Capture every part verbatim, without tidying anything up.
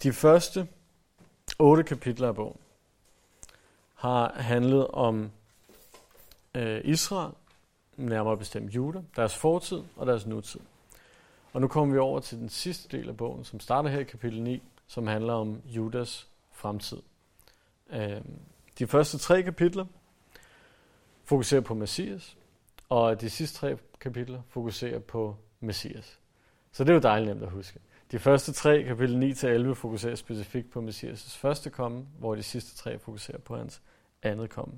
De første otte kapitler af bogen har handlet om øh, Israel, nærmere bestemt Juda, deres fortid og deres nutid. Og nu kommer vi over til den sidste del af bogen, som starter her i kapitel ni, som handler om Judas fremtid. Øh, de første tre kapitler fokuserer på Messias, og de sidste tre kapitler fokuserer på Messias. Så det er jo dejligt nemt at huske. De første tre, kapitel ni til elleve, fokuserer specifikt på Messias' første komme, hvor de sidste tre fokuserer på hans andet komme.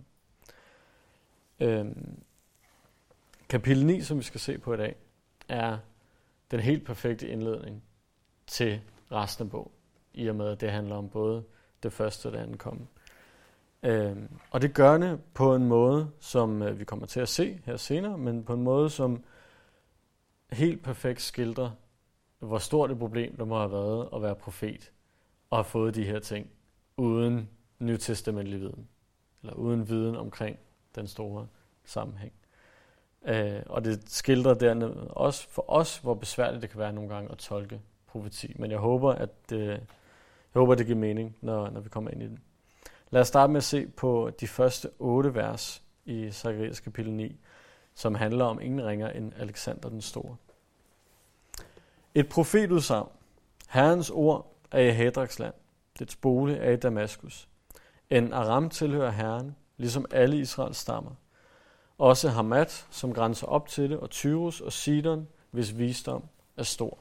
Øhm, kapitel ni, som vi skal se på i dag, er den helt perfekte indledning til resten af bogen, i og med at det handler om både det første og det andet komme. Øhm, og det gør det på en måde, som øh, vi kommer til at se her senere, men på en måde, som helt perfekt skildrer, hvor stort et problem der må have været at være profet og have fået de her ting uden nytestamentlig viden, eller uden viden omkring den store sammenhæng. Øh, og det skildrer dermed også for os, hvor besværligt det kan være nogle gange at tolke profeti. Men jeg håber, at det, jeg håber, det giver mening, når, når vi kommer ind i den. Lad os starte med at se på de første otte vers i Zakarias kapitel ni, som handler om ingen ringer end Alexander den Store. Et profetudsagn. Herrens ord er i Hadraks land. Dets bolig er i Damaskus. En Aram tilhører Herren, ligesom alle Israels stammer. Også Hamat, som grænser op til det, og Tyrus og Sidon, hvis visdom er stor.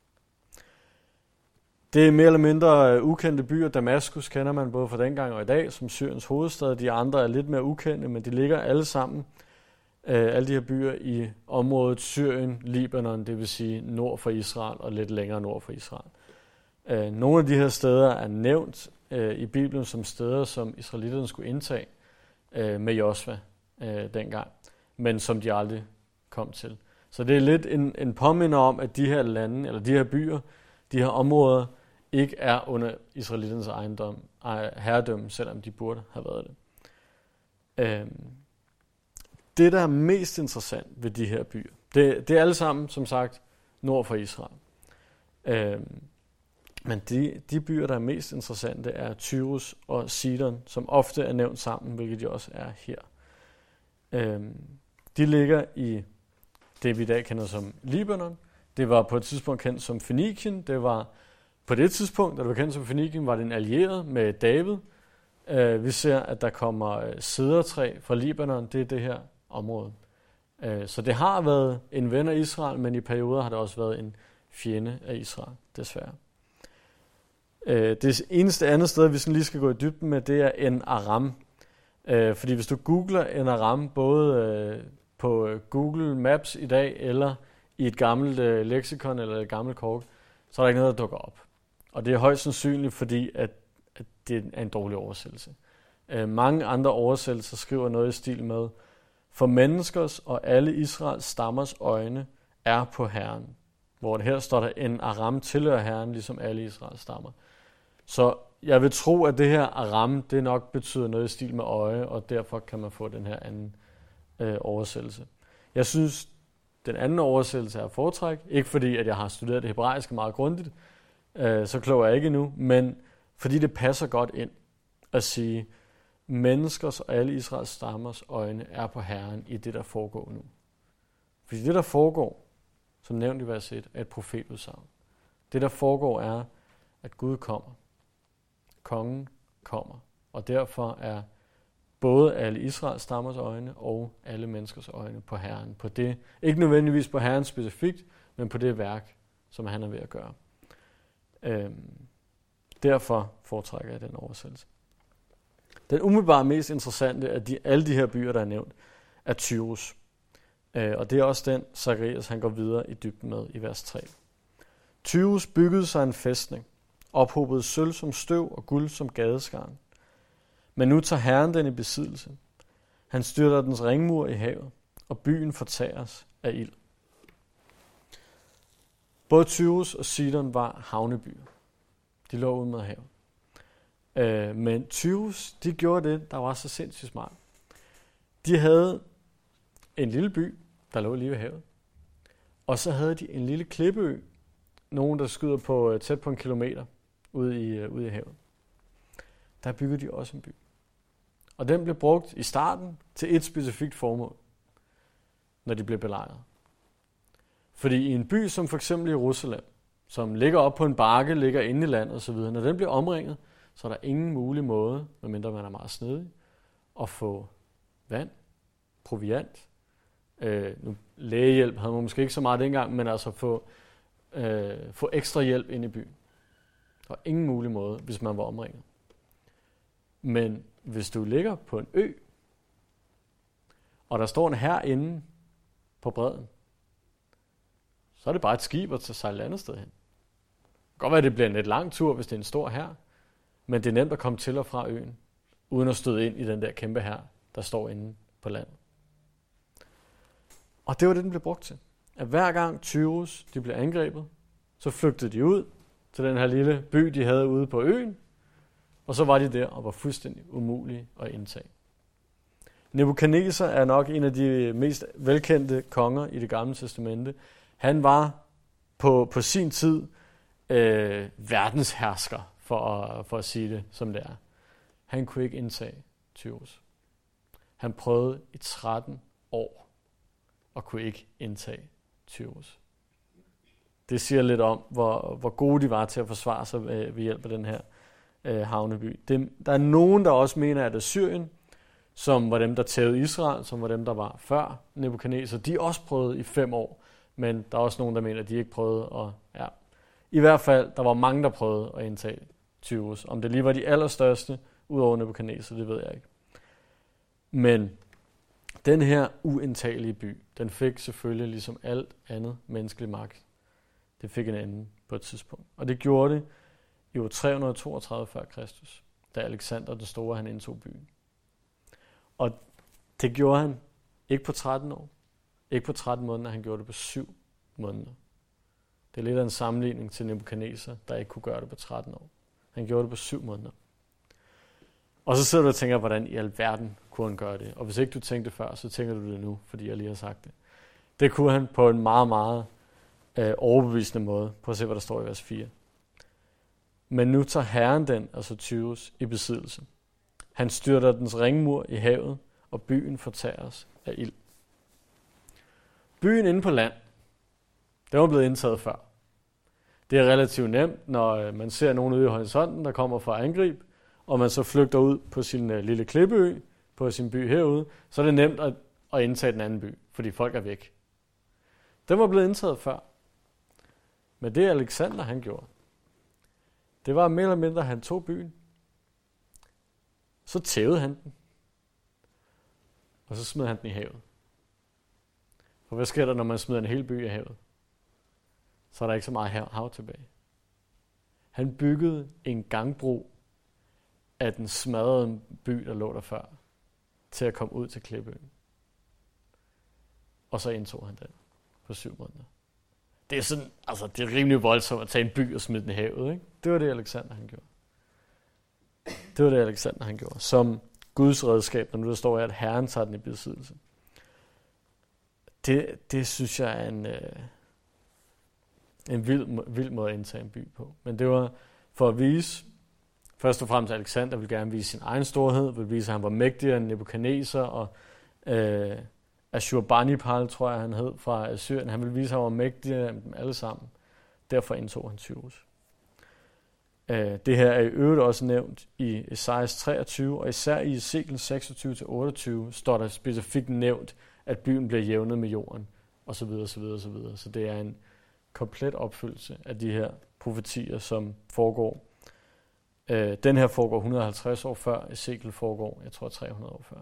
Det er mere eller mindre ukendte byer. Damaskus kender man både fra dengang og i dag, som Syriens hovedstad. De andre er lidt mere ukendte, men de ligger alle sammen, øh, alle de her byer, i området Syrien, Libanon, det vil sige nord for Israel og lidt længere nord for Israel. Øh, nogle af de her steder er nævnt øh, i Bibelen som steder, som israelitterne skulle indtage øh, med Josva øh, dengang, men som de aldrig kom til. Så det er lidt en, en påminder om, at de her lande, eller de her byer, de her områder, ikke er under israeliternes ejendom, herredømme, selvom de burde have været det. Øhm, det, der er mest interessant ved de her byer, det, det er alle sammen, som sagt, nord for Israel. Øhm, men de, de byer, der er mest interessante, er Tyrus og Sidon, som ofte er nævnt sammen, hvilket de også er her. Øhm, de ligger i det, vi i dag kender som Libanon. Det var på et tidspunkt kendt som Fønikien. Det var på det tidspunkt, da det var kendt som Fønikien, var det en allieret med David. Uh, vi ser, at der kommer cedertræ fra Libanon. Det er det her område. Uh, så det har været en ven af Israel, men i perioder har det også været en fjende af Israel, desværre. Uh, det eneste andet sted, vi sådan lige skal gå i dybden med, det er en Aram. Uh, fordi hvis du googler en Aram, både uh, på Google Maps i dag, eller i et gammelt øh, leksikon eller et gammelt kort, så er der ikke noget, der dukker op. Og det er højst sandsynligt, fordi at, at det er en dårlig oversættelse. Øh, mange andre oversættelser skriver noget i stil med, for menneskers og alle Israels stammers øjne er på Herren. Hvor det her står der, en Aram tilhører Herren, ligesom alle Israels stammer. Så jeg vil tro, at det her Aram, det nok betyder noget i stil med øje, og derfor kan man få den her anden øh, oversættelse. Jeg synes, den anden oversættelse er foretræk. Ikke fordi, at jeg har studeret det hebraiske meget grundigt, øh, så klog er jeg ikke endnu, men fordi det passer godt ind at sige, menneskers og alle Israels stammers øjne er på Herren i det, der foregår nu. Fordi det, der foregår, som nævnt i vers et, er et profetudsagn. Det, der foregår, er, at Gud kommer. Kongen kommer. Og derfor er både alle Israels stammers øjne og alle menneskers øjne på Herren. På det, ikke nødvendigvis på Herren specifikt, men på det værk, som han er ved at gøre. Øhm, derfor foretrækker jeg den oversættelse. Den umiddelbart mest interessante af de, alle de her byer, der er nævnt, er Tyrus. Øh, og det er også den, Zakarias han går videre i dybden med i vers tre. Tyrus byggede sig en fæstning, ophobede sølv som støv og guld som gadeskarn. Men nu tager Herren den i besiddelse. Han styrter dens ringmur i havet, og byen fortæres af ild. Både Tyrus og Sidon var havnebyer. De lå ude med havet. Øh, men Tyrus, de gjorde det, der var så sindssygt smart. De havde en lille by, der lå lige ved havet. Og så havde de en lille klippeø, nogen der skyder på tæt på en kilometer ude i, uh, ude i havet. Der byggede de også en by. Og den blev brugt i starten til et specifikt formål, når de blev belejret. Fordi i en by som for eksempel Jerusalem, som ligger op på en bakke, ligger inde i landet osv., når den bliver omringet, så er der ingen mulig måde, medmindre man er meget snedig, at få vand, proviant. Øh, nu, lægehjælp havde man måske ikke så meget dengang, men altså få, øh, få ekstra hjælp ind i byen. Der var ingen mulig måde, hvis man var omringet. Men hvis du ligger på en ø, og der står en hær inde på bredden, så er det bare et skib at sejle et andet sted hen. Det kan godt være, at det bliver en lidt lang tur, hvis det er en stor hær, men det er nemt at komme til og fra øen, uden at støde ind i den der kæmpe hær, der står inde på landet. Og det var det, den blev brugt til. At hver gang Tyrus de blev angrebet, så flygtede de ud til den her lille by, de havde ude på øen, og så var de der og var fuldstændig umulige at indtage. Nebukadnesar er nok en af de mest velkendte konger i Det Gamle Testamente. Han var på, på sin tid øh, verdenshersker, for at, for at sige det som det er. Han kunne ikke indtage Tyrus. Han prøvede i tretten år og kunne ikke indtage Tyrus. Det siger lidt om, hvor, hvor gode de var til at forsvare sig ved, ved hjælp af den her øh, havneby. Det, der er nogen, der også mener, at Assyrien, som var dem, der tævede Israel, som var dem, der var før Nebukadnesar, de også prøvede i fem år, men der er også nogen, der mener, at de ikke prøvede. Og, ja. I hvert fald, der var mange, der prøvede at indtage Tyrus. Om det lige var de allerstørste, ud over Nebukadnesar, det ved jeg ikke. Men den her uindtagelige by, den fik selvfølgelig ligesom alt andet menneskelig magt. Det fik en ende på et tidspunkt. Og det gjorde det i år tre hundrede toogtredive før Kristus, da Alexander den Store han indtog byen. Og det gjorde han ikke på tretten år, ikke på tretten måneder, han gjorde det på syv måneder. Det er lidt af en sammenligning til Nebukadnesar, der ikke kunne gøre det på tretten år. Han gjorde det på syv måneder. Og så sidder du og tænker, hvordan i alverden kunne han gøre det? Og hvis ikke du tænkte før, så tænker du det nu, fordi jeg lige har sagt det. Det kunne han på en meget, meget øh, overbevisende måde. Prøv at se, hvad der står i vers fire. Men nu tager Herren den, altså Tyrus, i besiddelse. Han styrter dens ringmur i havet, og byen fortæres af ild. Byen inde på land, den var blevet indtaget før. Det er relativt nemt, når man ser nogen ude i horisonten, der kommer for at angribe, og man så flygter ud på sin uh, lille klippeø, på sin by herude, så er det nemt at, at indtage den anden by, fordi folk er væk. Den var blevet indtaget før. Men det Alexander han gjorde, det var mere eller mindre, at han tog byen. Så tævede han den. Og så smed han den i havet. For hvad sker der, når man smider en hel by i havet? Så er der ikke så meget hav tilbage. Han byggede en gangbro af den smadrede by, der lå der før, til at komme ud til Klippeøen. Og så indtog han den på syv måneder. Det er sådan, altså det er rimelig voldsomt at tage en by og smide den i havet, ikke? Det var det, Alexander han gjorde. Det var det, Alexander han gjorde. Som Guds redskab, når nu der står her, at Herren tager den i besiddelse. Det, det synes jeg er en, øh, en vild, vild måde at indtage en by på. Men det var for at vise, først og fremmest Alexander ville gerne vise sin egen storhed, ville vise, at han var mægtigere end Nebukadnesar, og øh, Ashurbanipal, tror jeg han hed, fra Assyrien. Han ville vise, at han var mægtigere end dem alle sammen. Derfor indtog han Tyrus. Øh, det her er i øvrigt også nævnt i Esajas treogtyve, og især i Ezekiel seksogtyve til otteogtyve står der specifikt nævnt, at byen bliver jævnet med jorden, og så videre, så videre, så videre. Så det er en komplet opfyldelse af de her profetier, som foregår. Øh, den her foregår et hundrede og halvtreds år før, Ezekiel foregår, jeg tror, tre hundrede år før.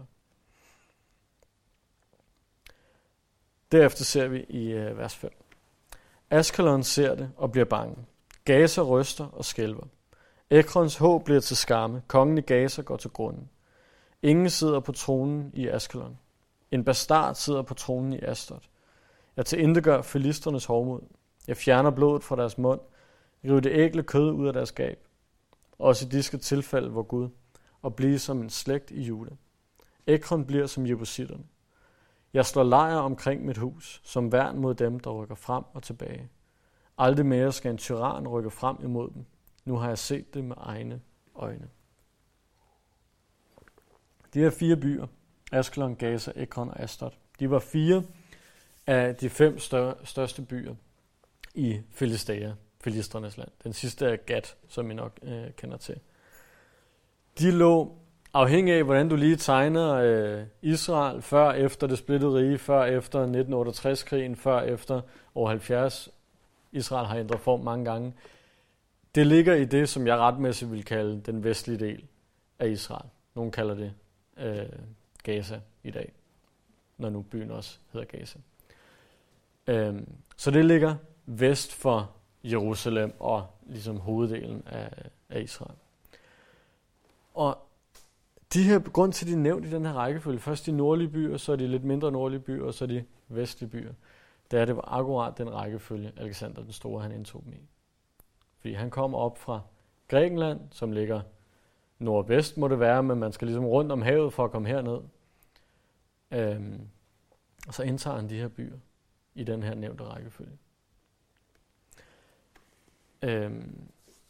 Derefter ser vi i øh, vers fem. Askelon ser det og bliver bange. Gaza ryster og skælver. Ekrons håb bliver til skamme. Kongen i Gaza går til grunden. Ingen sidder på tronen i Askelon. En bastard sidder på tronen i Asdod. Jeg tilintetgør filisternes hovmod. Jeg fjerner blodet fra deres mund. River det ægle kød ud af deres gab. Også de skal tilfælde vor Gud og blive som en slægt i Juda. Ekron bliver som jebusitterne. Jeg slår lejr omkring mit hus, som værn mod dem, der rykker frem og tilbage. Aldrig mere skal en tyran rykke frem imod dem. Nu har jeg set det med egne øjne. De her fire byer, Askelon, Gaza, Ekron og Asdod, de var fire af de fem større, største byer i Filistea, filistrenes land. Den sidste er Gat, som I nok øh, kender til. De lå, afhængig af hvordan du lige tegner øh, Israel, før efter det splittede rige, før efter nitten otteogtres-krigen, før efter år halvfjerds. Israel har ændret form mange gange. Det ligger i det, som jeg retmæssigt vil kalde den vestlige del af Israel. Nogle kalder det øh, Gaza i dag, når nu byen også hedder Gaza. Øhm, så det ligger vest for Jerusalem og ligesom hoveddelen af, af Israel. Og de her, grund til, at de er nævnt i den her rækkefølge, først de nordlige byer, så er de lidt mindre nordlige byer, og så de vestlige byer, det er det var akkurat den rækkefølge, Alexander den Store han indtog dem i. Fordi han kom op fra Grækenland, som ligger nordvest må det være, men man skal ligesom rundt om havet for at komme herned. Øhm, og så indtager han de her byer i den her nævnte rækkefølge. Øhm,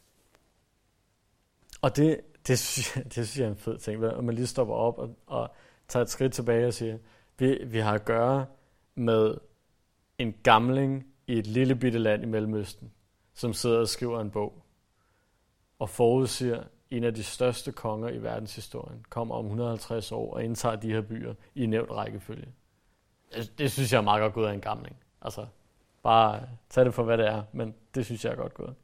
og det, det, synes jeg, det synes jeg er en fed ting, at man lige stopper op og, og tager et skridt tilbage og siger, vi, vi har at gøre med en gamling i et lille bitte land i Mellemøsten, som sidder og skriver en bog og forudsiger en af de største konger i verdenshistorien, kommer om et hundrede og halvtreds år og indtager de her byer i nævnt rækkefølge. Det synes jeg er meget godt gået af en gamling. Altså, bare tag det for, hvad det er, men det synes jeg er godt gået.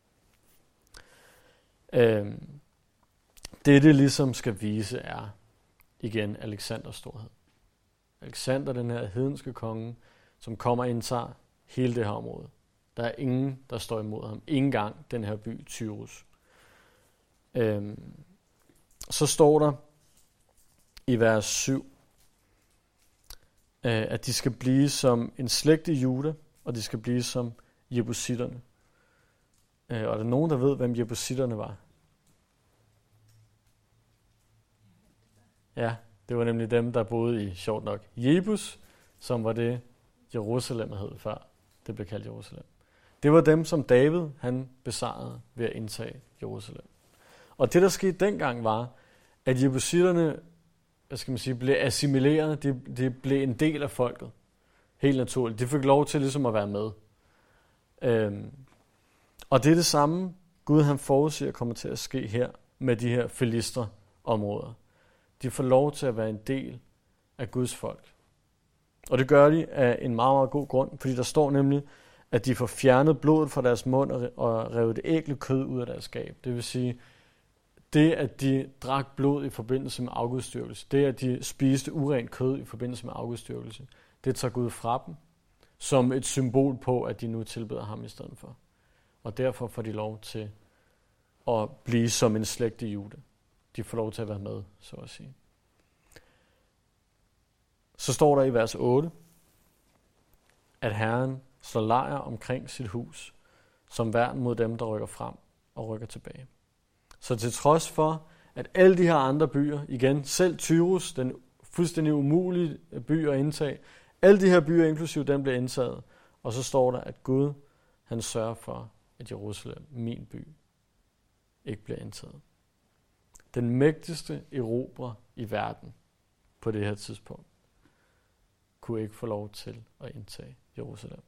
Øhm, det, det ligesom skal vise, er igen Alexanders storhed. Alexander, den her hedenske konge, som kommer og indtager hele det her område. Der er ingen, der står imod ham. Ingen gang den her by, Tyrus. Øhm, så står der i vers syv, øh, at de skal blive som en slægt i Juda, og de skal blive som jebusitterne. Øh, og er der nogen, der ved, hvem jebusitterne var? Ja, det var nemlig dem, der boede i, sjovt nok, Jebus, som var det, Jerusalem hed før. Det blev kaldt Jerusalem. Det var dem, som David han besejrede ved at indtage Jerusalem. Og det, der skete dengang, var, at jebusitterne, hvad skal man sige, blev assimileret. De, de blev en del af folket. Helt naturligt. De fik lov til ligesom at være med. Øhm, og det er det samme, Gud han forudsiger kommer til at ske her med de her filistre-områder. De får lov til at være en del af Guds folk. Og det gør de af en meget, meget god grund, fordi der står nemlig, at de får fjernet blodet fra deres mund og revet det ægle kød ud af deres skab. Det vil sige, det at de drak blod i forbindelse med afgudstyrkelse, det at de spiste urent kød i forbindelse med afgudstyrkelse, det tager Gud fra dem, som et symbol på, at de nu tilbeder ham i stedet for. Og derfor får de lov til at blive som en slægt i Juda. De får lov til at være med, så at sige. Så står der i vers otte, at Herren slår lejr omkring sit hus, som værn mod dem, der rykker frem og rykker tilbage. Så til trods for, at alle de her andre byer, igen, selv Tyrus, den fuldstændig umulige by at indtage, alle de her byer, inklusive den, bliver indtaget. Og så står der, at Gud, han sørger for, at Jerusalem, min by, ikke bliver indtaget. Den mægtigste erobrer i verden på det her tidspunkt, kunne ikke få lov til at indtage Jerusalem.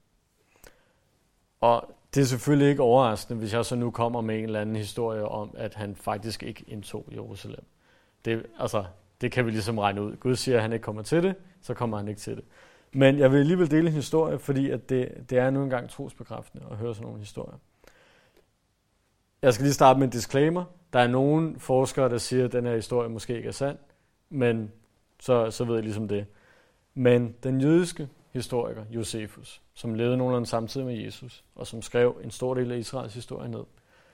Og det er selvfølgelig ikke overraskende, hvis jeg så nu kommer med en eller anden historie om, at han faktisk ikke indtog Jerusalem. Det, altså, det kan vi ligesom regne ud. Gud siger, at han ikke kommer til det, så kommer han ikke til det. Men jeg vil alligevel dele en historie, fordi at det, det er nu engang trosbekræftende at høre sådan nogle historier. Jeg skal lige starte med en disclaimer. Der er nogle forskere, der siger, at den her historie måske ikke er sand, men så, så ved jeg ligesom det. Men den jødiske historiker, Josefus, som levede nogenlunde samtidig med Jesus, og som skrev en stor del af Israels historie ned,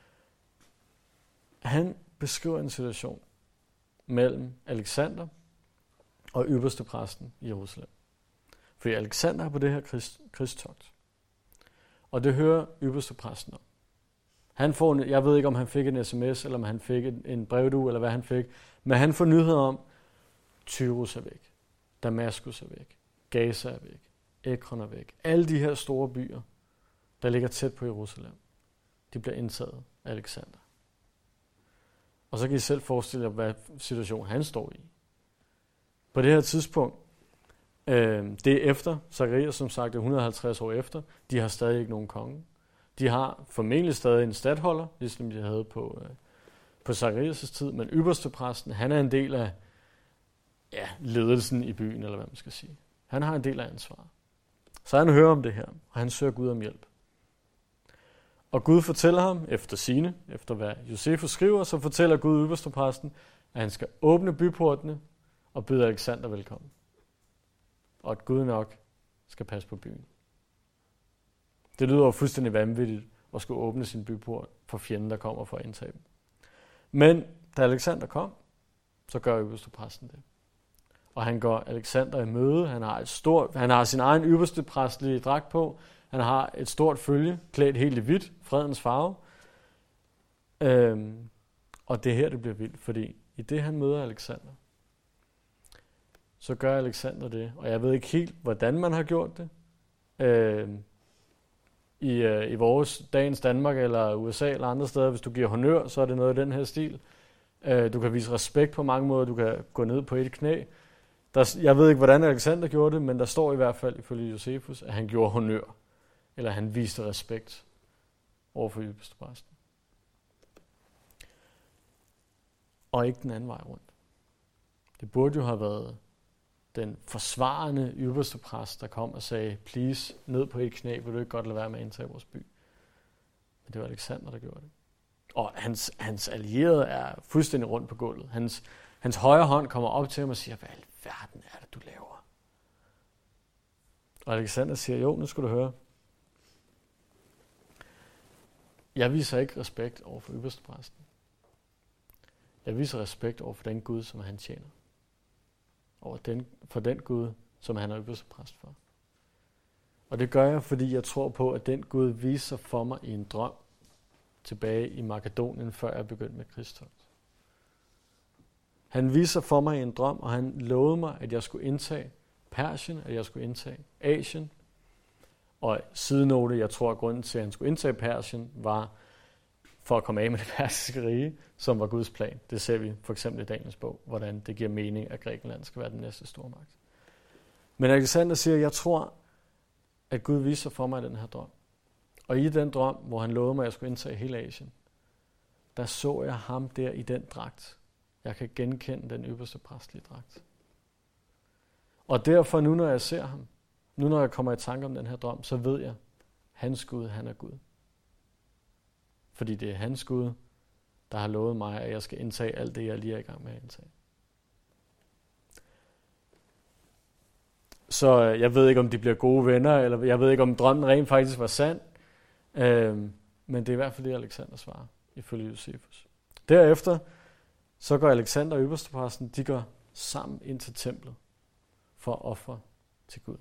han beskriver en situation mellem Alexander og øverste præsten i Jerusalem. Fordi Alexander er på det her krigs, krigstogt. Og det hører øverste præsten om. Han får en, jeg ved ikke, om han fik en sms, eller om han fik en, en brevdue, eller hvad han fik, men han får nyheder om, Tyrus er væk, Damaskus er væk, Gaza er væk, Ekron er væk. Alle de her store byer, der ligger tæt på Jerusalem, de bliver indtaget Alexander. Og så kan I selv forestille jer, hvad situation han står i. På det her tidspunkt, øh, det er efter, Zacharias som sagt er et hundrede og halvtreds år efter, de har stadig ikke nogen konge. De har formentlig stadig en stadholder, ligesom de havde på, øh, på Zacharias' tid, men ypperstepræsten, han er en del af ja, ledelsen i byen, eller hvad man skal sige. Han har en del af ansvaret. Så han hører om det her, og han søger Gud om hjælp. Og Gud fortæller ham, efter sine, efter hvad Josefus skriver, så fortæller Gud ypperstepræsten, at han skal åbne byportene og byde Alexander velkommen. Og at Gud nok skal passe på byen. Det lyder jo fuldstændig vanvittigt at skulle åbne sin byport for fjenden, der kommer for at indtage dem. Men da Alexander kom, så gør ypperstepræsten det. Og han går Alexander i møde. Han har, et stort, han har sin egen ypperstepræstlige dragt på. Han har et stort følge, klædt helt i hvidt, fredens farve. Øhm, og det er her, det bliver vildt, fordi i det, han møder Alexander, så gør Alexander det. Og jeg ved ikke helt, hvordan man har gjort det. Øhm, i, øh, I vores dagens Danmark eller U S A eller andre steder, hvis du giver honør, så er det noget i den her stil. Øh, du kan vise respekt på mange måder. Du kan gå ned på et knæ. Der, jeg ved ikke, hvordan Alexander gjorde det, men der står i hvert fald ifølge Josefus, at han gjorde honør. Eller han viste respekt over for ypperstepræsten. Og ikke den anden vej rundt. Det burde jo have været den forsvarende ypperstepræst, der kom og sagde, please, ned på et knæ, vil du ikke godt lade være med at indtage vores by. Men det var Alexander, der gjorde det. Og hans, hans allierede er fuldstændig rundt på gulvet. Hans, hans højre hånd kommer op til ham og siger, hvad i verden er det, du laver? Og Alexander siger, jo, nu skal du høre. Jeg viser ikke respekt over for ypperstepræsten. Jeg viser respekt over for den Gud, som han tjener. Over den, for den Gud, som han er ypperstepræst for. Og det gør jeg, fordi jeg tror på, at den Gud viser for mig i en drøm tilbage i Makedonien, før jeg begyndte med krigstogt. Han viser for mig i en drøm, og han lovede mig, at jeg skulle indtage Persien, at jeg skulle indtage Asien. Og sidenote, jeg tror, at grunden til, at han skulle indtage Persien, var for at komme af med det persiske rige, som var Guds plan. Det ser vi for eksempel i Daniels bog, hvordan det giver mening, at Grækenland skal være den næste stormagt. Men Alexander siger, jeg tror, at Gud viser for mig den her drøm. Og i den drøm, hvor han lovede mig, at jeg skulle indtage hele Asien, der så jeg ham der i den dragt. Jeg kan genkende den ypperste præstlige dragt. Og derfor nu, når jeg ser ham, nu når jeg kommer i tanke om den her drøm, så ved jeg, hans Gud, han er Gud. Fordi det er hans Gud, der har lovet mig, at jeg skal indtage alt det, jeg lige er i gang med at indtage. Så jeg ved ikke, om de bliver gode venner, eller jeg ved ikke, om drømmen rent faktisk var sand. Øhm, men det er i hvert fald det, Alexander svarer, ifølge Josefus. Derefter, så går Alexander og ypperstepræsten, de går sammen ind til templet for at ofre til Gud.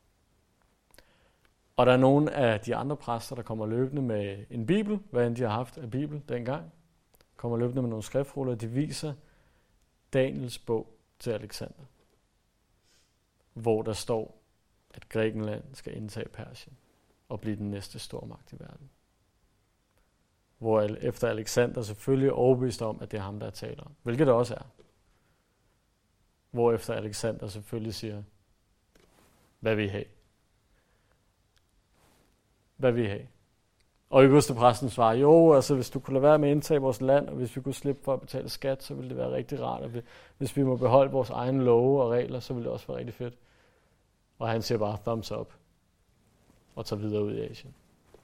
Og der er nogle af de andre præster, der kommer løbende med en bibel, hvad end de har haft af bibel dengang, kommer løbende med nogle skriftruller, de viser Daniels bog til Alexander, hvor der står, at Grækenland skal indtage Persien og blive den næste stormagt i verden. Hvor efter Alexander selvfølgelig er overbevist om, at det er ham, der taler om, hvilket det også er. Hvor efter Alexander selvfølgelig siger, hvad vil I have? Hvad vil I have? Og ypperstepræsten svarer, jo, altså hvis du kunne lade være med at indtage vores land, og hvis vi kunne slippe for at betale skat, så ville det være rigtig rart. Og hvis vi må beholde vores egne love og regler, så ville det også være rigtig fedt. Og han siger bare thumbs up og tager videre ud i Asien.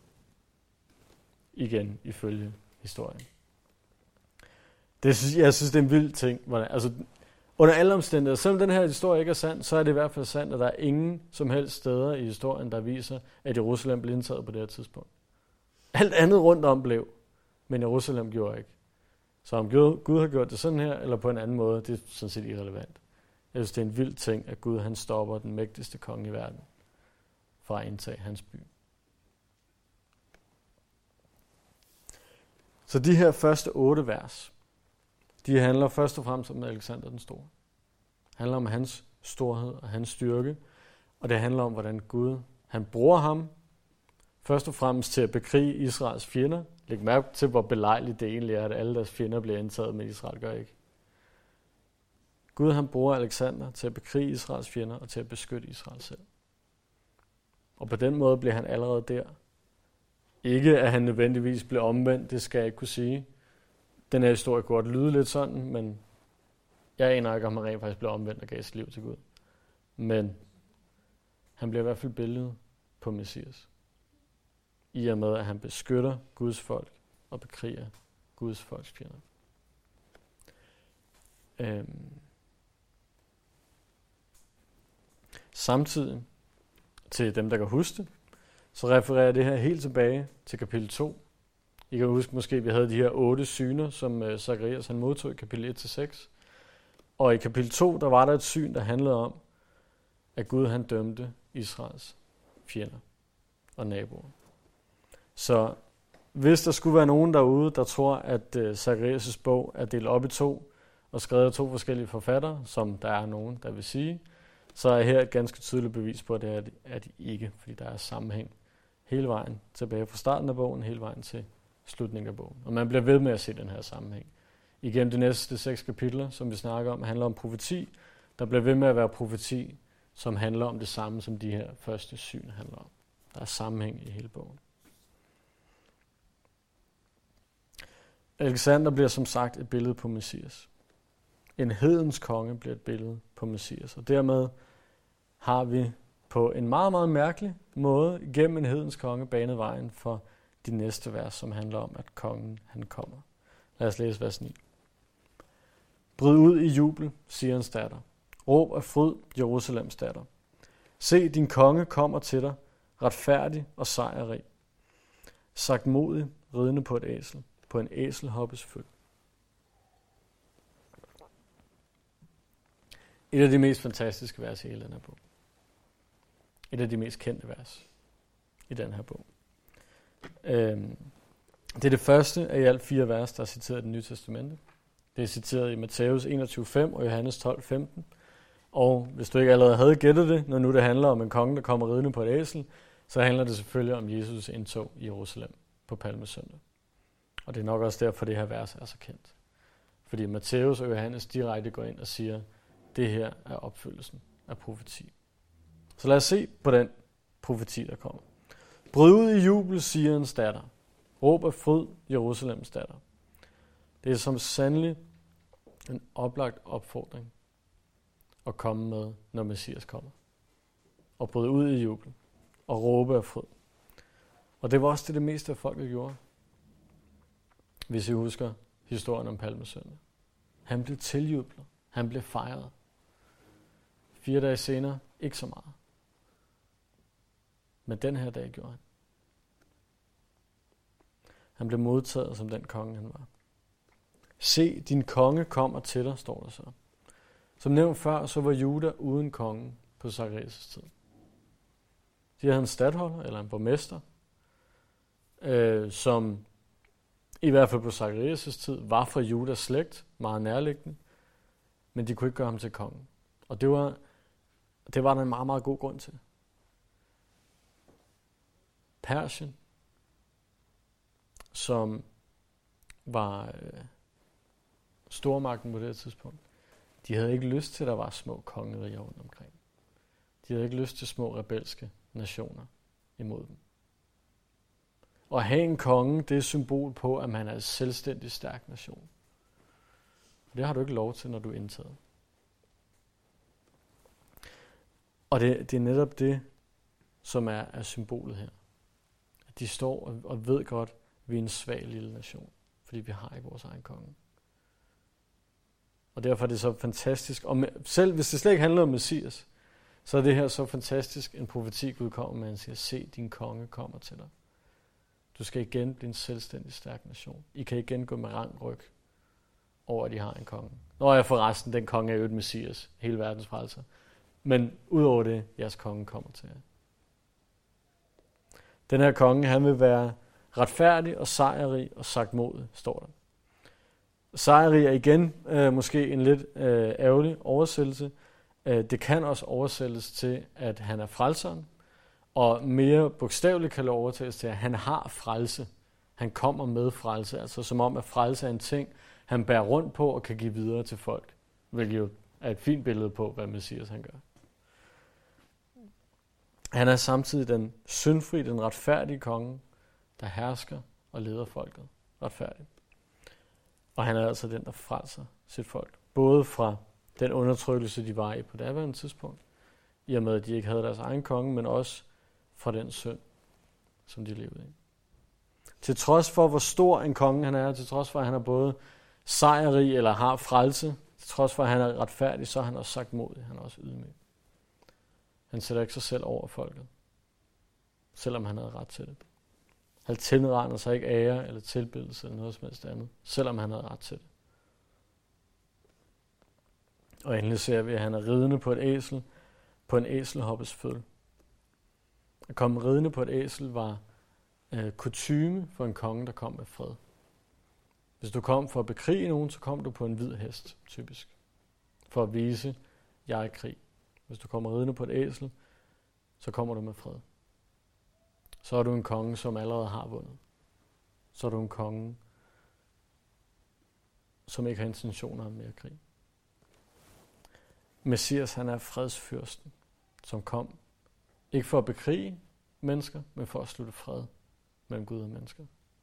Igen ifølge historien. Det synes, jeg synes, det er en vild ting. Altså, under alle omstændigheder, selvom den her historie ikke er sand, så er det i hvert fald sandt, at der er ingen som helst steder i historien, der viser, at Jerusalem blev indtaget på det her tidspunkt. Alt andet rundt om blev, men Jerusalem gjorde ikke. Så om Gud har gjort det sådan her, eller på en anden måde, det er sådan set irrelevant. Jeg synes, det er en vild ting, at Gud han stopper den mægtigste konge i verden fra at indtage hans by. Så de her første otte vers, de handler først og fremmest om Alexander den Store. Det handler om hans storhed og hans styrke, og det handler om, hvordan Gud han bruger ham først og fremmest til at bekrige Israels fjender, Læg mærke til, hvor belejligt det egentlig er, at alle deres fjender bliver indtaget, men Israel gør ikke. Gud han bruger Alexander til at bekrige Israels fjender og til at beskytte Israel selv. Og på den måde bliver han allerede der. Ikke at han nødvendigvis bliver omvendt, det skal jeg ikke kunne sige. Den her historie kunne godt lyde lidt sådan, men jeg aner ikke, om han rent faktisk bliver omvendt og gav sit liv til Gud. Men han bliver i hvert fald billedet på Messias. I og med, at han beskytter Guds folk og bekriger Guds folks fjender. Øhm. Samtidig, til dem, der kan huske det, så refererer det her helt tilbage til kapitel to. I kan huske måske, at vi havde de her otte syner, som uh, Zacharias han modtog i kapitel et til seks. Og i kapitel to, der var der et syn, der handlede om, at Gud han dømte Israels fjender og naboer. Så hvis der skulle være nogen derude, der tror, at uh, Zacharias' bog er delt op i to, og skrevet af to forskellige forfattere, som der er nogen, der vil sige, så er her et ganske tydeligt bevis på, at det er, er de ikke, fordi der er sammenhæng hele vejen tilbage fra starten af bogen, hele vejen til slutningen af bogen. Og man bliver ved med at se den her sammenhæng. Igennem de næste seks kapitler, som vi snakker om, handler om profeti. Der bliver ved med at være profeti, som handler om det samme, som de her første syn handler om. Der er sammenhæng i hele bogen. Alexander bliver som sagt et billede på Messias. En hedens konge bliver et billede på Messias. Og dermed har vi på en meget, meget mærkelig måde gennem en hedens konge banet vejen for de næste vers, som handler om, at kongen han kommer. Lad os læse vers ni. Bryd ud i jubel, Sions datter. Råb af fryd, Jerusalems datter. Se, din konge kommer til dig, retfærdig og sejrrig. Sagtmodig, ridende på et æsel, på en æselhoppes føl. Et af de mest fantastiske vers i hele den her bog. Et af de mest kendte vers i den her bog. Øhm, det er det første af i alt fire vers, der er citeret i det nye testamente. Det er citeret i Matthæus enogtyve fem og Johannes tolv femten. Og hvis du ikke allerede havde gættet det, når nu det handler om en konge, der kommer ridende på et æsel, så handler det selvfølgelig om Jesus' indtog i Jerusalem på Palmesøndag. Og det er nok også derfor, det her vers er så kendt. Fordi Matthæus og Johannes direkte går ind og siger, det her er opfyldelsen af profeti. Så lad os se på den profeti, der kommer. Bryd ud i jubel, Sions datter. Råb af fryd, Jerusalems datter. Det er som sandelig en oplagt opfordring at komme med, når Messias kommer. Og bryde ud i jubel og råbe af fryd. Og det var også det, det meste af folket gjorde. Hvis I husker historien om Palmesøndag. Han blev tiljublet. Han blev fejret. Fire dage senere, ikke så meget. Men den her dag gjorde han. Han blev modtaget som den konge, han var. Se, din konge kommer til dig, står der så. Som nævnt før, så var Juda uden konge på Zacharias' tid. De havde en stadholder, eller en borgmester, øh, som i hvert fald på Zacharias' tid var fra Judas slægt, meget nærliggende, men de kunne ikke gøre ham til konge. Og det var, det var der en meget, meget god grund til. Persien, som var øh, stormagten på det tidspunkt, de havde ikke lyst til, at der var små kongeriger rundt omkring. De havde ikke lyst til små rebelske nationer imod dem. Og at have en konge, det er symbol på, at man er en selvstændig stærk nation. Det har du ikke lov til, når du er indtaget. Og det, det er netop det, som er, er symbolet her. At de står og, og ved godt, at vi er en svag lille nation, fordi vi har ikke vores egen konge. Og derfor er det så fantastisk. Og med, selv hvis det slet ikke handler om Messias, så er det her så fantastisk en profeti, Gud kommer med, han siger, se, din konge kommer til dig. Du skal igen blive en selvstændig stærk nation. I kan igen gå med rangryg over, at I har en konge. Nå ja, forresten, den konge er jo et Messias, hele verdens frelser. Men udover det, jeres konge kommer til jer. Den her konge, han vil være retfærdig og sejrrig og sagtmodig, står der. Sejrrig er igen øh, måske en lidt øh, ærgerlig oversættelse. Øh, det kan også oversættes til, at han er frelseren, og mere bogstaveligt kan det overtages til, at han har frelse. Han kommer med frelse, altså som om at frelse er en ting, han bærer rundt på og kan give videre til folk. Hvilket jo er et fint billede på, hvad Messias han gør. Han er samtidig den syndfri, den retfærdige konge, der hersker og leder folket retfærdigt. Og han er altså den, der frelser sit folk. Både fra den undertrykkelse, de var i på det daværende tidspunkt, i og med, at de ikke havde deres egen konge, men også fra den synd, som de levede i. Til trods for, hvor stor en konge han er, til trods for, at han er både sejrrig eller har frelse, til trods for, at han er retfærdig, så er han også sagt modig, han er også ydmyg. Han sætter ikke sig selv over folket, selvom han havde ret til det. Han tilregner sig ikke ære eller tilbedelse eller noget som helst andet, selvom han havde ret til det. Og endelig ser vi, at han er ridende på et æsel, på en æselhoppes føl. At komme ridende på et æsel var øh, kutyme for en konge, der kom med fred. Hvis du kom for at bekrige nogen, så kom du på en hvid hest, typisk. For at vise, jeg er i krig. Hvis du kommer ridende på et æsel, så kommer du med fred. Så er du en konge, som allerede har vundet. Så er du en konge, som ikke har intentioner om mere krig. Messias, han er fredsfyrsten, som kom ikke for at bekrige mennesker, men for at slutte fred mellem Gud og mennesker.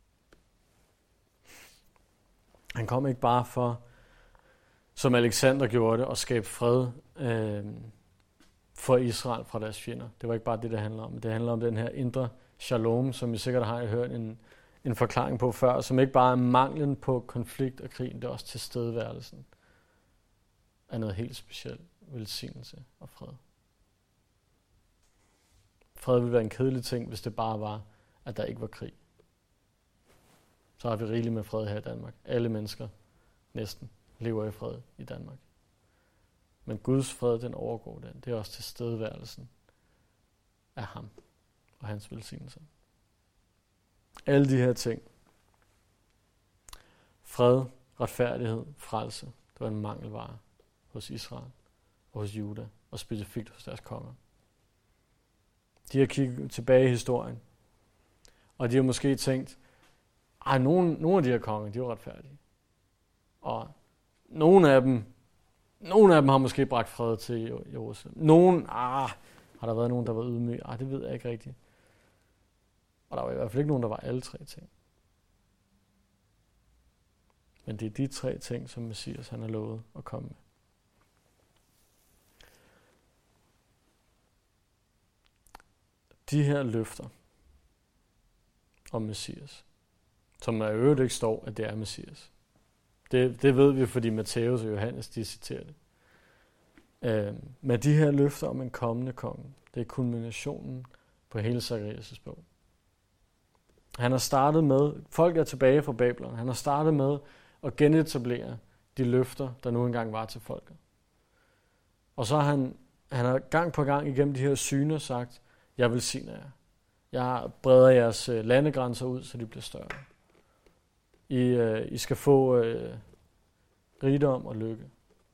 Han kom ikke bare for, som Alexander gjorde det, at skabe fred øh, for Israel fra deres fjender. Det var ikke bare det, det handler om. Det handler om den her indre shalom, som I sikkert har hørt en, en forklaring på før, som ikke bare er manglen på konflikt og krig, det er også tilstedeværelsen af noget helt specielt, velsignelse og fred. Fred ville være en kedelig ting, hvis det bare var, at der ikke var krig. Så har vi rigeligt med fred her i Danmark. Alle mennesker, næsten, lever i fred i Danmark. Men Guds fred, den overgår den. Det er også tilstedeværelsen af ham og hans velsignelse. Alle de her ting. Fred, retfærdighed, frelse. Det var en mangelvare hos Israel og hos Juda, og specifikt hos deres konger. De har kigget tilbage i historien, og de har måske tænkt, ej, nogle, nogle af de her konger, de var retfærdige. Og nogle af dem, nogle af dem har måske bragt fred til Jerusalem. Nogle, ah, har der været nogen, der var ydmyge? Ah, det ved jeg ikke rigtigt. Og der var i hvert fald ikke nogen, der var alle tre ting. Men det er de tre ting, som Messias han har lovet at komme med. De her løfter om Messias, som der i øvrigt ikke står, at det er Messias. Det, det ved vi, fordi Matthæus og Johannes, de citerer det. Øh, men de her løfter om en kommende konge, det er kulminationen på hele Zakarias' bog. Han har startet med, folk er tilbage fra Babylon, han har startet med at genetablere de løfter, der nu engang var til folket. Og så har han, han har gang på gang igennem de her syner sagt, jeg velsigner jer. Jeg breder jeres landegrænser ud, så de bliver større. I, øh, I skal få øh, rigdom og lykke.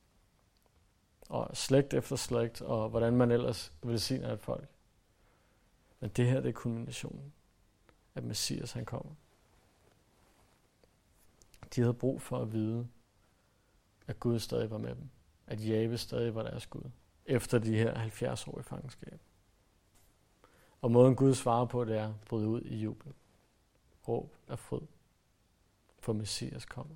Og slægt efter slægt, og hvordan man ellers velsigner et folk. Men det her, det er kulminationen, at Messias han kommer. De havde brug for at vide, at Gud stadig var med dem. At Jahve stadig var deres Gud. Efter de her halvfjerds år i fangenskab. Og måden Gud svarer på, det er at bryde ud i jubel. Råb af fryd. For Messias kommer.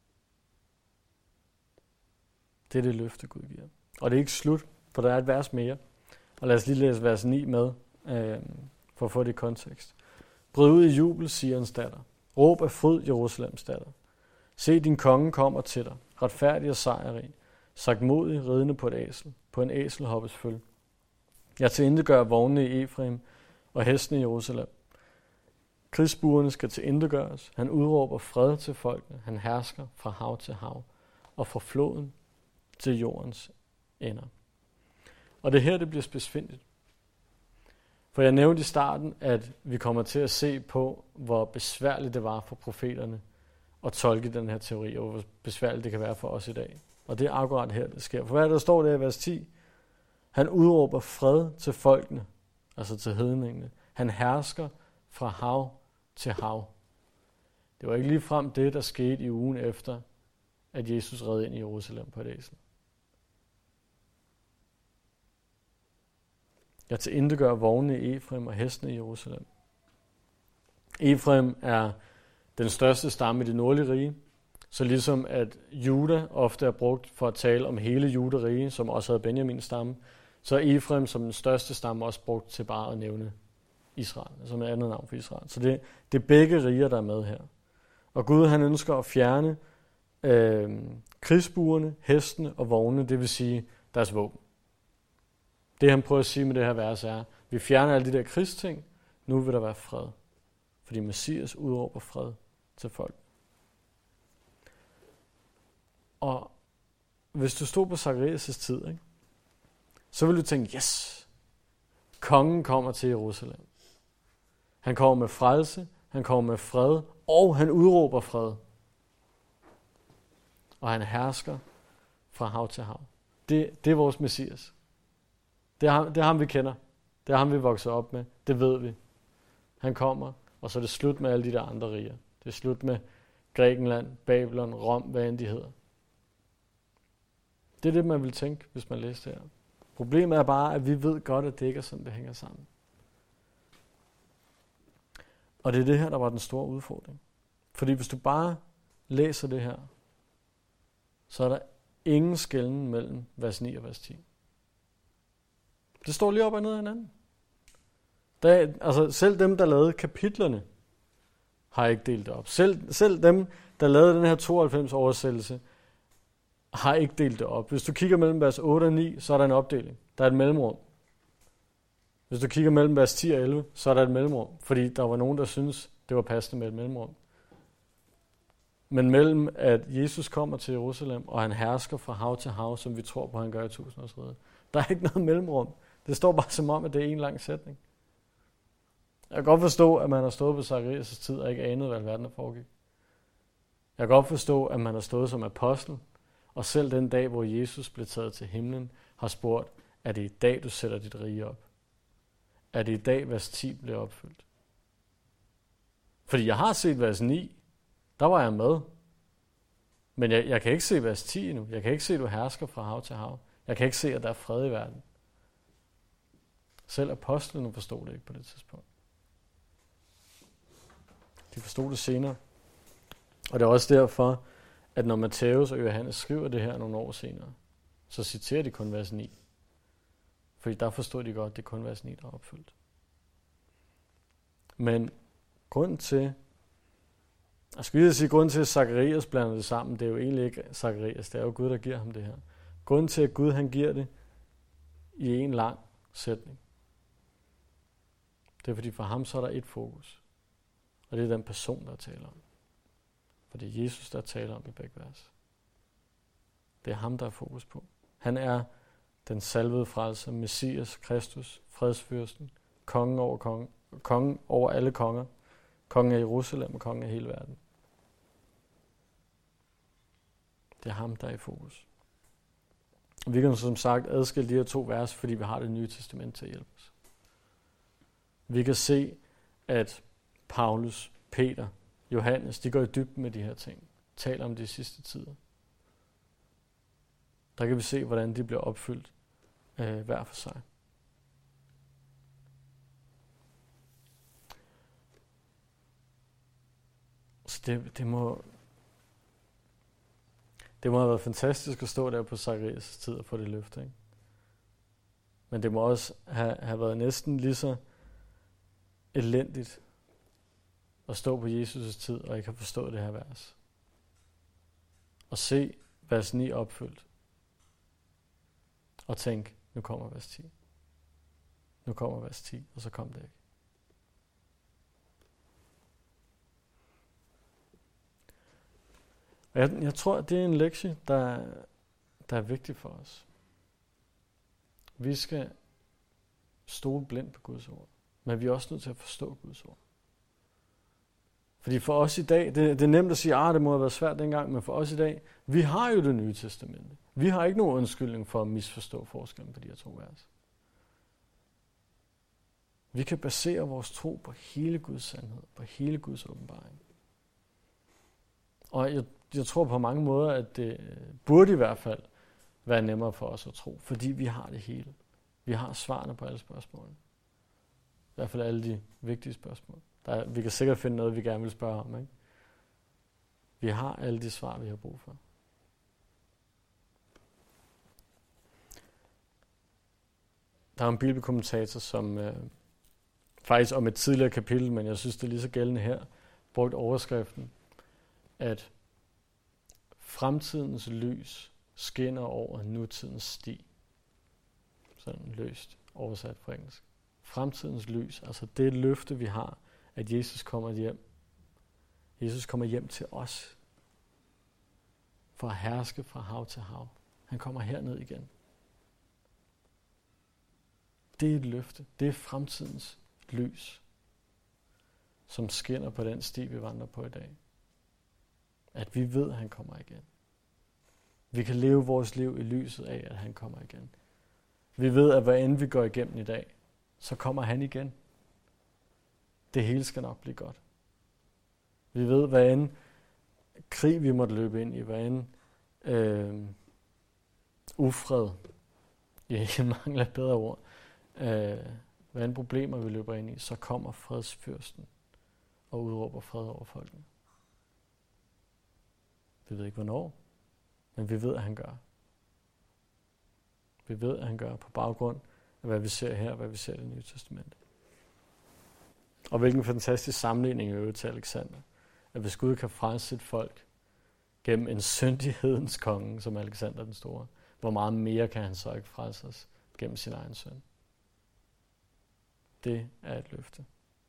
Det er det løfte, Gud giver. Og det er ikke slut, for der er et vers mere. Og lad os lige læse vers ni med, øh, for at få det i kontekst. Bryd ud i jubel, Sions datter. Råb af fryd, Jerusalems datter. Se, din konge kommer til dig, retfærdig og sejrrig, sagtmodig, ridende på et æsel, på en æselhoppes føl. Jeg tilintetgør vognene i Efraim og hestene i Jerusalem. Krigsbuerne skal tilintetgøres. Han udråber fred til folkene. Han hersker fra hav til hav og fra floden til jordens ender. Og det her, det bliver spidsfindigt. For jeg nævnte i starten, at vi kommer til at se på, hvor besværligt det var for profeterne at tolke den her teori, og hvor besværligt det kan være for os i dag. Og det er akkurat her, det sker. For hvad der står der i vers ti? Han udråber fred til folkene, altså til hedningene. Han hersker fra hav til hav. Det var ikke ligefrem det, der skete i ugen efter, at Jesus red ind i Jerusalem på et æsel. Jeg tilintetgør vognene i Efraim og hestene i Jerusalem. Efraim er den største stamme i det nordlige rige, så ligesom at Juda ofte er brugt for at tale om hele Juderige, som også havde Benjamins stamme, så er Efraim som den største stamme også brugt til bare at nævne Israel, som et andet navn for Israel. Så det, det er begge riger, der er med her. Og Gud han ønsker at fjerne øh, krigsbuerne, hestene og vognene, det vil sige deres våben. Det han prøver at sige med det her vers er, vi fjerner alle de der krigsting, nu vil der være fred. Fordi Messias udråber fred til folk. Og hvis du stod på Zacharias' tid, ikke, så ville du tænke, yes, kongen kommer til Jerusalem. Han kommer med frelse, han kommer med fred, og han udråber fred. Og han hersker fra hav til hav. Det, det er vores Messias. Det er, ham, det er ham, vi kender. Det er ham, vi vokser op med. Det ved vi. Han kommer, og så er det slut med alle de der andre riger. Det er slut med Grækenland, Babylon, Rom, hvad end de hedder. Det er det, man vil tænke, hvis man læser det her. Problemet er bare, at vi ved godt, at det ikke er sådan, det hænger sammen. Og det er det her, der var den store udfordring. Fordi hvis du bare læser det her, så er der ingen skelnen mellem vers ni og vers ti. Det står lige op og ned af hinanden. Der, altså selv dem, der lavede kapitlerne, har ikke delt det op. Selv, selv dem, der lavede den her tooghalvfems oversættelse, har ikke delt det op. Hvis du kigger mellem vers otte og ni, så er der en opdeling. Der er et mellemrum. Hvis du kigger mellem vers ti og elleve, så er der et mellemrum. Fordi der var nogen, der synes det var passende med et mellemrum. Men mellem at Jesus kommer til Jerusalem, og han hersker fra hav til hav, som vi tror på, han gør i tusindårsriget, der er ikke noget mellemrum. Det står bare som om, at det er en lang sætning. Jeg kan godt forstå, at man har stået på Zacharias' tid og ikke anede, hvad verden der foregik. Jeg kan godt forstå, at man har stået som apostel, og selv den dag, hvor Jesus blev taget til himlen, har spurgt, er det i dag, du sætter dit rige op? Er det i dag, vers ti bliver opfyldt? Fordi jeg har set vers ni, der var jeg med. Men jeg, jeg kan ikke se vers ti endnu. Jeg kan ikke se, at du hersker fra hav til hav. Jeg kan ikke se, at der er fred i verden. Selv apostlene forstod det ikke på det tidspunkt. De forstod det senere. Og det er også derfor, at når Matthæus og Johannes skriver det her nogle år senere, så citerer de kun vers ni. Fordi der forstod de godt, at det kun vers ni, der er opfyldt. Men grund til, jeg skulle lige sige, grund til, at Zacharias blander det sammen, det er jo egentlig ikke Zacharias, det er jo Gud, der giver ham det her. Grunden til, at Gud han giver det i en lang sætning, det er fordi for ham så er der et fokus. Og det er den person, der taler om. For det er Jesus, der taler om i begge vers. Det er ham, der er fokus på. Han er den salvede frelser, Messias, Kristus, fredsfyrsten, kongen over, kongen, kongen over alle konger, kongen af Jerusalem og kongen af hele verden. Det er ham, der er i fokus. Vi kan som sagt adskille de her to vers, fordi vi har det nye testament til at hjælpe os. Vi kan se, at Paulus, Peter, Johannes, de går i dybden med de her ting. Taler om de sidste tider. Der kan vi se, hvordan de bliver opfyldt øh, hver for sig. Så det, det må det må have været fantastisk at stå der på Zacharias' tid og få det løfte, ikke? Men det må også have, have været næsten lige så elendigt at stå på Jesus' tid og ikke have forstået det her vers. Og se vers ni opfyldt. Og tænk, nu kommer vers ti. Nu kommer vers ti, og så kom det ikke. Og jeg, jeg tror, at det er en lektie, der, der er vigtig for os. Vi skal stole blindt på Guds ord, men vi er også nødt til at forstå Guds ord. Fordi for os i dag, det, det er nemt at sige, at det må have været svært dengang, men for os i dag, vi har jo det nye testamente. Vi har ikke nogen undskyldning for at misforstå forskellen på de her to vers. Vi kan basere vores tro på hele Guds sandhed, på hele Guds åbenbaring. Og jeg, jeg tror på mange måder, at det burde i hvert fald være nemmere for os at tro, fordi vi har det hele. Vi har svarene på alle spørgsmålene. I hvert fald alle de vigtige spørgsmål. Der er, vi kan sikkert finde noget, vi gerne vil spørge om, ikke? Vi har alle de svar, vi har brug for. Der er en bibelkommentator, som øh, faktisk om et tidligere kapitel, men jeg synes, det er lige så gældende her, brugt overskriften, at fremtidens lys skinner over nutidens sti. Sådan løst oversat på engelsk. Fremtidens lys, altså det løfte, vi har, at Jesus kommer hjem. Jesus kommer hjem til os for at herske fra hav til hav. Han kommer herned igen. Det er et løfte. Det er fremtidens lys, som skinner på den sti, vi vandrer på i dag. At vi ved, at han kommer igen. Vi kan leve vores liv i lyset af, at han kommer igen. Vi ved, at hvad end vi går igennem i dag, så kommer han igen. Det hele skal nok blive godt. Vi ved, hvad end krig vi måtte løbe ind i, hvad end øh, ufred, i mangel af bedre ord, øh, hvad end problemer vi løber ind i, så kommer fredsfyrsten og udråber fred over folkene. Vi ved ikke hvornår, men vi ved, at han gør. Vi ved, at han gør på baggrund af, hvad vi ser her, og hvad vi ser i Det Nye Testamente. Og hvilken fantastisk sammenligning i øvrigt til Alexander. At hvis Gud kan frelse sit folk gennem en syndighedens konge, som Alexander den Store, hvor meget mere kan han så ikke frelse os gennem sin egen søn? Det er et løfte.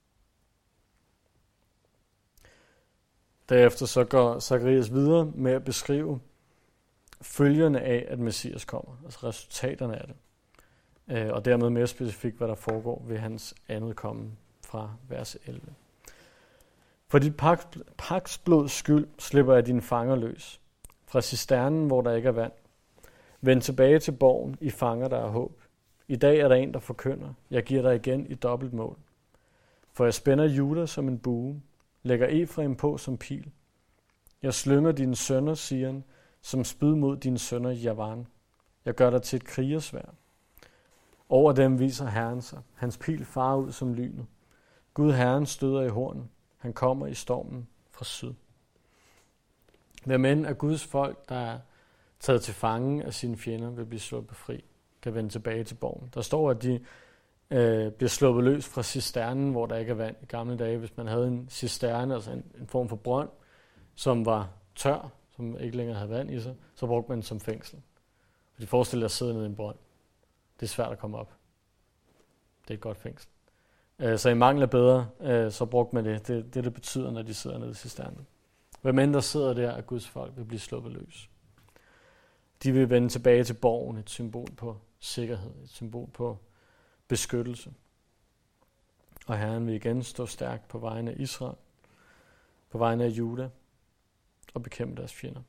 Derefter så går Zacharias videre med at beskrive følgerne af, at Messias kommer, altså resultaterne af det. Og dermed mere specifikt, hvad der foregår ved hans andet komme fra vers elleve. For dit paksblods skyld slipper jeg dine fanger løs. Fra cisternen, hvor der ikke er vand. Vend tilbage til borgen, I fanger, der er håb. I dag er der en, der forkynder. Jeg giver dig igen i dobbelt mål. For jeg spænder Juda som en bue, lægger Efraim på som pil. Jeg slynger dine sønner, Sion, som spyd mod dine sønner Javan. Jeg gør dig til et krigersværd. Over dem viser Herren sig. Hans pil farer ud som lynet. Gud Herren støder i hornen. Han kommer i stormen fra syd. Hvem end af Guds folk, der er taget til fange af sine fjender, vil blive sluppet fri, kan vende tilbage til borgen. Der står, at de øh, bliver sluppet løs fra cisternen, hvor der ikke er vand. I gamle dage, hvis man havde en cisterne, altså en, en form for brønd, som var tør, som ikke længere havde vand i sig, så brugte man den som fængsel. Og de forestiller sig at sidde nede i en brønd. Det er svært at komme op. Det er et godt fængsel. Så i mangel af bedre, så brugte man det. Det det, det betyder, når de sidder nede i cisternen. Hvem end der sidder der, at Guds folk vil blive sluppet løs. De vil vende tilbage til borgen, et symbol på sikkerhed, et symbol på beskyttelse. Og Herren vil igen stå stærkt på vegne af Israel, på vegne af Juda, og bekæmpe deres fjender.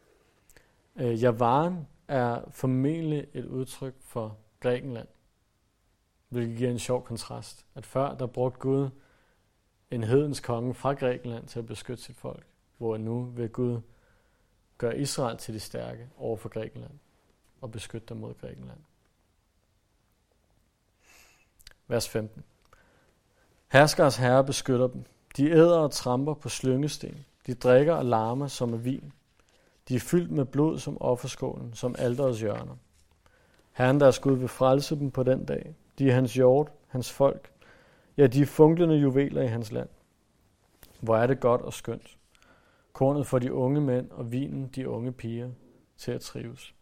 Javan er formentlig et udtryk for Grækenland, hvilket giver en sjov kontrast. At før der brugte Gud en hedens konge fra Grækenland til at beskytte sit folk, hvor nu vil Gud gøre Israel til de stærke over for Grækenland og beskytte dem mod Grækenland. Vers femten. Herskers herre beskytter dem. De æder og tramper på slyngesten. De drikker og larmer som af vin. De er fyldt med blod som offerskålen, som alterets hjørner. Herren deres Gud vil frelse dem på den dag. De er hans hjort, hans folk. Ja, de er funklende juveler i hans land. Hvor er det godt og skønt. Kornet for de unge mænd og vinen de unge piger til at trives.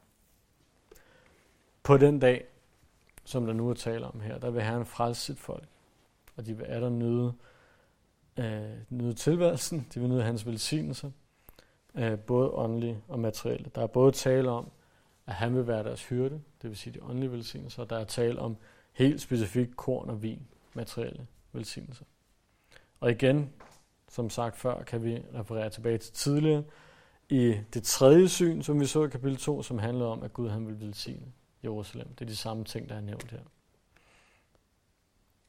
På den dag, som der nu er tale om her, der vil Herren frelse sit folk. Og de vil atter nyde, øh, nyde tilværelsen, de vil nyde hans velsignelser, øh, både åndelige og materielle. Der er både tale om, at han vil være deres hyrde, det vil sige de åndelige velsignelser, og der er tale om helt specifikt korn og vin, materielle velsignelser. Og igen, som sagt før, kan vi referere tilbage til tidligere i det tredje syn, som vi så i kapitel to, som handler om, at Gud han vil velsigne Jerusalem. Det er de samme ting, der er nævnt her.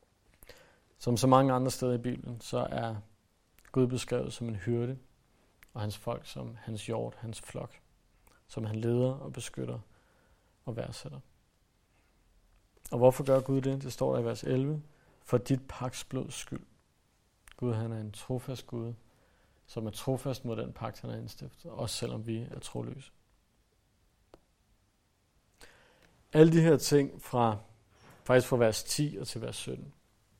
Som så mange andre steder i Bibelen, så er Gud beskrevet som en hyrde, og hans folk som hans hjort, hans flok, som han leder og beskytter og værdsætter. Og hvorfor gør Gud det? Det står der i vers elleve. For dit pagtsblods skyld. Gud, han er en trofast Gud, som er trofast mod den pagt, han har indstiftet, også selvom vi er troløse. Alle de her ting fra, faktisk fra vers ti og til vers sytten.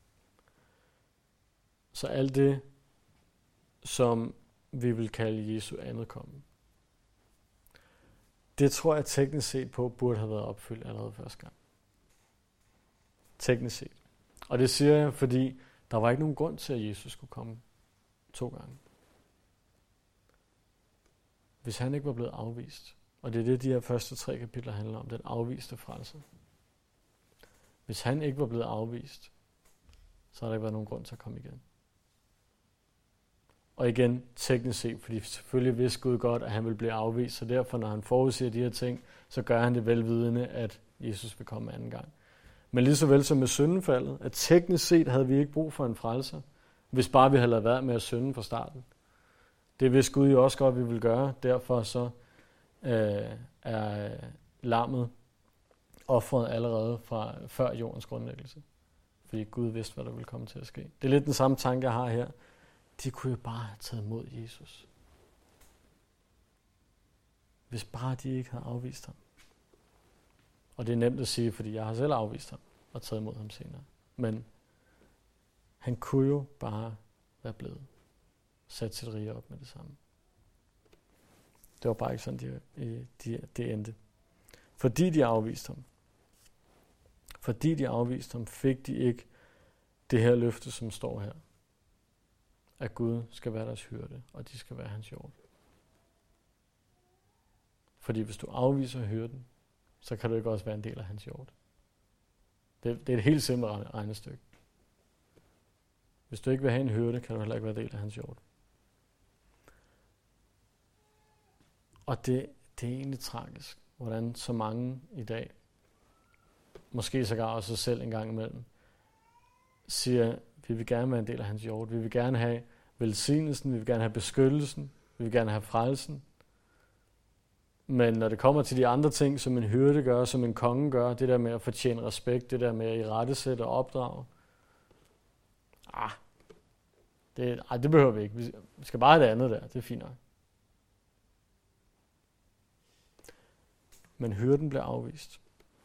Så alt det, som vi vil kalde Jesu andet komme. Det tror jeg teknisk set på, burde have været opfyldt allerede første gang. Teknisk set. Og det siger jeg, fordi der var ikke nogen grund til, at Jesus skulle komme to gange. Hvis han ikke var blevet afvist, og det er det, de her første tre kapitler handler om, den afviste frelse. Hvis han ikke var blevet afvist, så har der ikke været nogen grund til at komme igen. Og igen, teknisk set, fordi selvfølgelig vidste Gud godt, at han ville blive afvist, så derfor, når han forudsiger de her ting, så gør han det velvidende, at Jesus vil komme anden gang. Men lige så vel som med syndenfaldet, at teknisk set havde vi ikke brug for en frelser, hvis bare vi havde ladet være med at synde fra starten. Det vidste Gud jo også godt, vi ville gøre, derfor så øh, er lammet offret allerede fra før jordens grundlæggelse. Fordi Gud vidste, hvad der ville komme til at ske. Det er lidt den samme tanke, jeg har her. De kunne jo bare have taget imod Jesus. Hvis bare de ikke havde afvist ham. Og det er nemt at sige, fordi jeg har selv afvist ham og taget imod ham senere. Men han kunne jo bare være blevet sat sit rige op med det samme. Det var bare ikke sådan, de, de, det endte. Fordi de afviste ham. Fordi de afviste ham, fik de ikke det her løfte, som står her. At Gud skal være deres hyrde, og de skal være hans hjort. Fordi hvis du afviser hyrden, så kan du ikke også være en del af hans hjort. Det, det er et helt simpelt regnestykke. Hvis du ikke vil have en hyrde, kan du heller ikke være del af hans hjort. Og det, det er egentlig tragisk, hvordan så mange i dag, måske sågar også sig selv en gang imellem, siger, vi vil gerne være en del af hans hjort. Vi vil gerne have velsignelsen, vi vil gerne have beskyttelsen, vi vil gerne have frelsen. Men når det kommer til de andre ting, som en hyrde gør, som en konge gør, det der med at fortjene respekt, det der med at irettesætte og opdrage, ah, det, ah, det behøver vi ikke. Vi skal bare have det andet der, det er fint nok. Men hyrden blev afvist.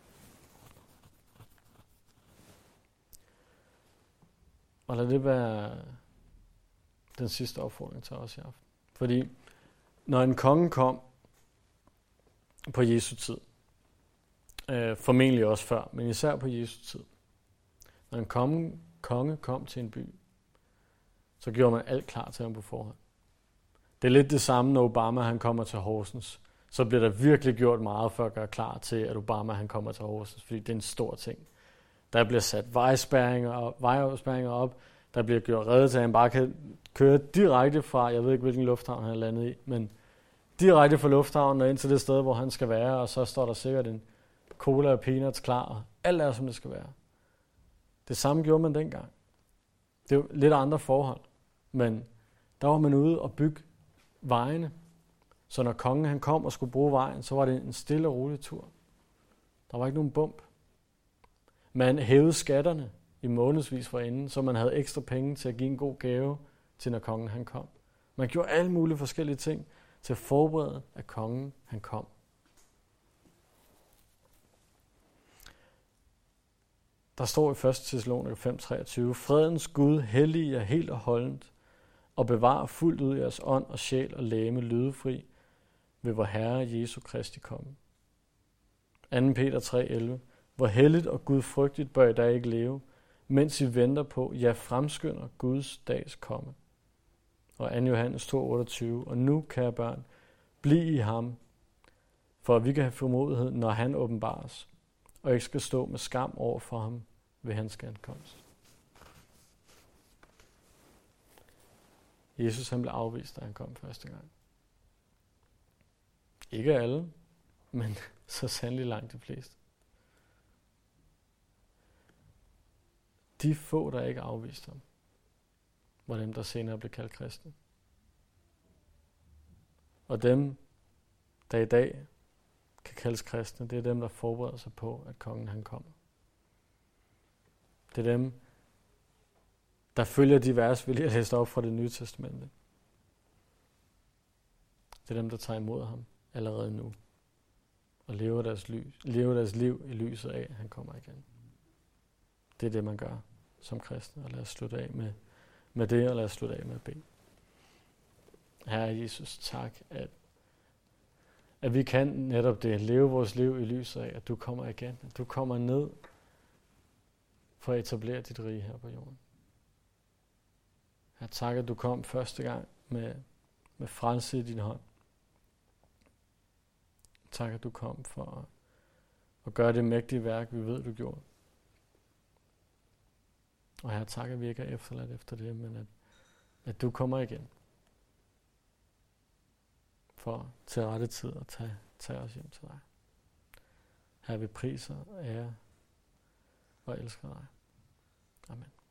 Og lad det være den sidste opfordring til os i aften. Fordi når en konge kom på Jesu tid, øh, formentlig også før, men især på Jesu tid, når en konge, konge kom til en by, så gjorde man alt klar til ham på forhånd. Det er lidt det samme, når Obama han kommer til Horsens. Så bliver der virkelig gjort meget for at gøre klar til, at Obama han kommer til Horsens, fordi det er en stor ting. Der bliver sat vejspærringer op, vejafspærringer op, der bliver gjort rede til, at han bare kan køre direkte fra, jeg ved ikke hvilken lufthavn han er landet i, men direkte fra lufthavnen og ind til det sted, hvor han skal være, og så står der sikkert en cola og peanuts klar, og alt er, som det skal være. Det samme gjorde man dengang. Det er jo lidt andre forhold, men der var man ude og bygge vejene, så når kongen han kom og skulle bruge vejen, så var det en stille og rolig tur. Der var ikke nogen bump. Man hævede skatterne i månedsvis forinden, så man havde ekstra penge til at give en god gave til, når kongen han kom. Man gjorde alle mulige forskellige ting til at forberede, at kongen han kom. Der står i første Thessaloniker fem treogtyve, fredens Gud hellige jer helt og holdent, og bevar fuldt ud jeres ånd og sjæl og læme lydefri ved vor Herre Jesu Kristi komme. anden Peter tre elleve, hvor helligt og gudfrygtigt bør I da ikke leve, mens I venter på, ja fremskynder Guds dags komme. Og anden Johannes to otteogtyve, og nu, kære børn, bliv i ham, for at vi kan have frimodighed, når han åbenbares, og ikke skal stå med skam over for ham ved hans genkomst. Jesus han blev afvist, da han kom første gang. Ikke alle, men så sandelig langt de fleste. De få, der ikke afviste ham, var dem, der senere blev kaldt kristne. Og dem, der i dag kan kaldes kristne, det er dem, der forbereder sig på, at kongen han kommer. Det er dem, der følger de vers, vi lige har læst op fra Det Nye Testamente. Det er dem, der tager imod ham allerede nu. Og lever deres, lys, lever deres liv i lyset af, at han kommer igen. Det er det, man gør som kristne. Og lad os slutte af med, med det, og lad os slutte af med at bede. Herre Jesus, tak, at, at vi kan netop det, leve vores liv i lyset af, at du kommer igen. At du kommer ned for at etablere dit rige her på jorden. Herre, tak, at du kom første gang med, med frelse i din hånd. Tak, at du kom for at, at gøre det mægtige værk, vi ved, du gjorde. Og Herre, tak, at vi ikke er efterladt efter det, men at, at du kommer igen. For til rette tid at tage, tage os hjem til dig. Herre, vi priser, ære og elsker dig. Amen.